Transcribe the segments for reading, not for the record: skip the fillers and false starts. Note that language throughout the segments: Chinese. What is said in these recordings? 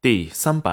第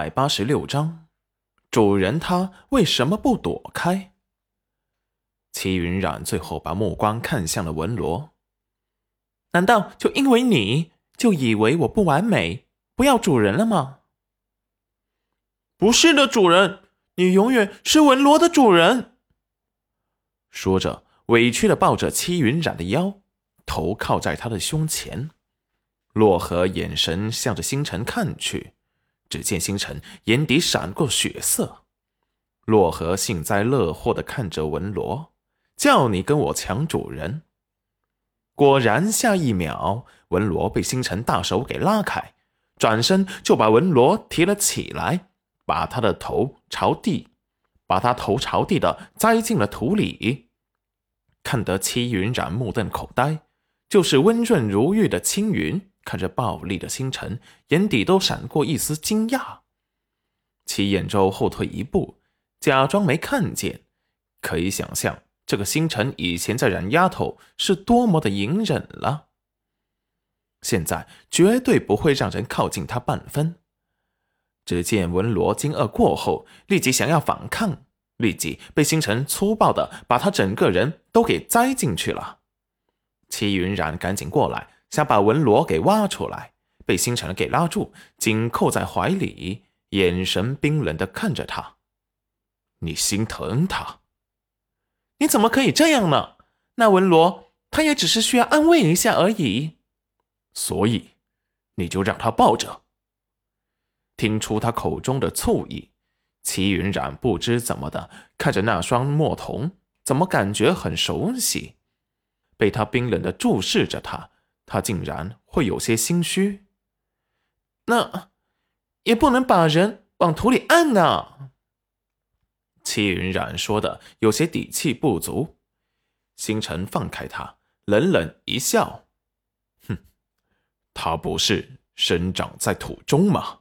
386章，主人他为什么不躲开？齐云冉最后把目光看向了文罗。难道就因为你，就以为我不完美，不要主人了吗？ 不是的，主人，你永远是文罗的主人。 说着，委屈地抱着齐云冉的腰，头靠在他的胸前。洛河眼神向着星辰看去，只见星辰眼底闪过血色。洛河幸灾乐祸地看着文罗，叫你跟我抢主人。果然下一秒，文罗被星辰大手给拉开，转身就把文罗提了起来，把他头朝地的栽进了土里。看得齐云冉目瞪口呆，就是温润如玉的青云看着暴力的星辰，眼底都闪过一丝惊讶。齐彦周后退一步，假装没看见，可以想象这个星辰以前在冉丫头是多么的隐忍了，现在绝对不会让人靠近他半分。只见文罗惊愕过后，立即想要反抗，立即被星辰粗暴的把他整个人都给栽进去了。齐云冉赶紧过来，想把文罗给挖出来，被星辰给拉住，紧扣在怀里，眼神冰冷的看着他。你心疼他？ 你怎么可以这样呢？那文罗他也只是需要安慰一下而已。 所以你就让他抱着。听出他口中的醋意，齐云冉不知怎么的看着那双墨瞳，怎么感觉很熟悉？被他冰冷的注视着他竟然会有些心虚。 那也不能把人往土里按啊。 齐云冉说的有些底气不足。星辰放开他，冷冷一笑，哼，他不是生长在土中吗？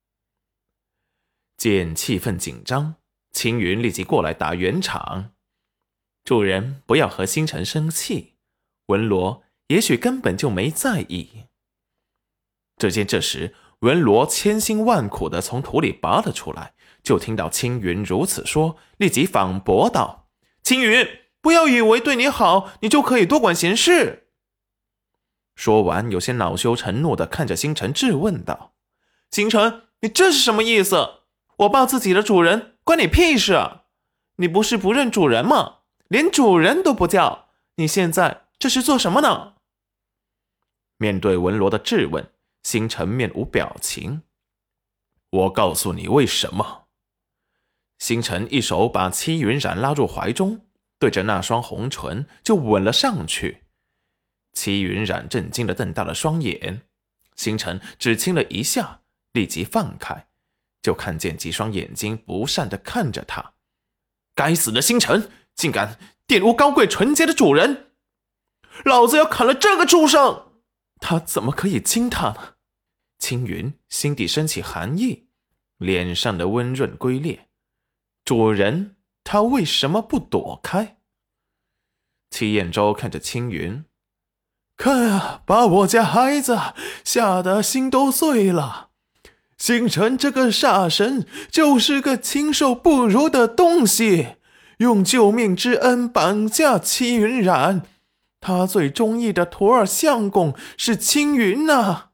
见气氛紧张，青云立即过来打圆场。主人不要和星辰生气，文罗也许根本就没在意。只见这时文罗千辛万苦地从土里拔了出来，就听到青云如此说，立即反驳道： 青云，不要以为对你好，你就可以多管闲事。 说完有些恼羞成怒地看着星辰质问道： 星辰，你这是什么意思？我抱自己的主人关你屁事啊！你不是不认主人吗？连主人都不叫，你现在这是做什么呢？ 面对文罗的质问，星辰面无表情。我告诉你为什么。星辰一手把戚云冉拉入怀中，对着那双红唇就吻了上去。戚云冉震惊地瞪大了双眼，星辰只亲了一下，立即放开，就看见几双眼睛不善地看着他。该死的星辰，竟敢玷污高贵纯洁的主人！ 老子要砍了这个畜生！ 他怎么可以亲他呢？青云心底升起寒意，脸上的温润龟裂。主人他为什么不躲开？戚彦周看着青云， 看啊，把我家孩子吓得心都碎了。星辰这个煞神就是个禽兽不如的东西，用救命之恩绑架戚云冉，他最中意的徒儿相公是青云啊。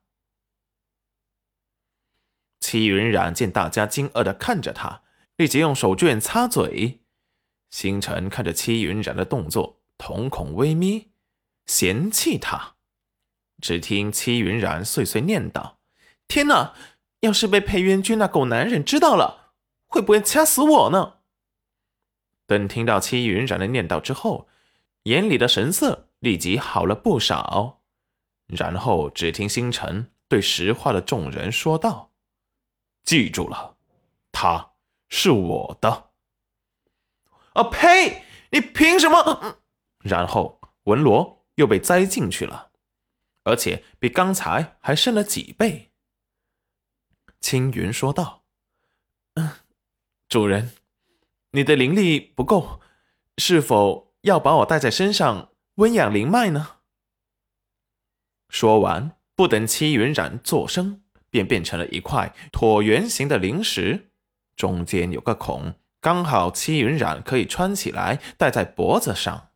戚云冉见大家惊愕地看着他，立即用手绢擦嘴。星辰看着戚云冉的动作，瞳孔微眯，嫌弃他。只听戚云冉碎碎念道： 天哪，要是被裴元君那狗男人知道了，会不会掐死我呢？ 等听到戚云冉的念叨之后，眼里的神色立即好了不少。然后只听星辰对石化的众人说道：记住了，他是我的。 呸！你凭什么？ 然后文罗又被栽进去了，而且比刚才还深了几倍。青云说道：主人，你的灵力不够，是否要把我带在身上温养灵脉呢？说完，不等戚云冉作声， 便变成了一块椭圆形的灵石，中间有个孔，刚好戚云染可以穿起来戴在脖子上。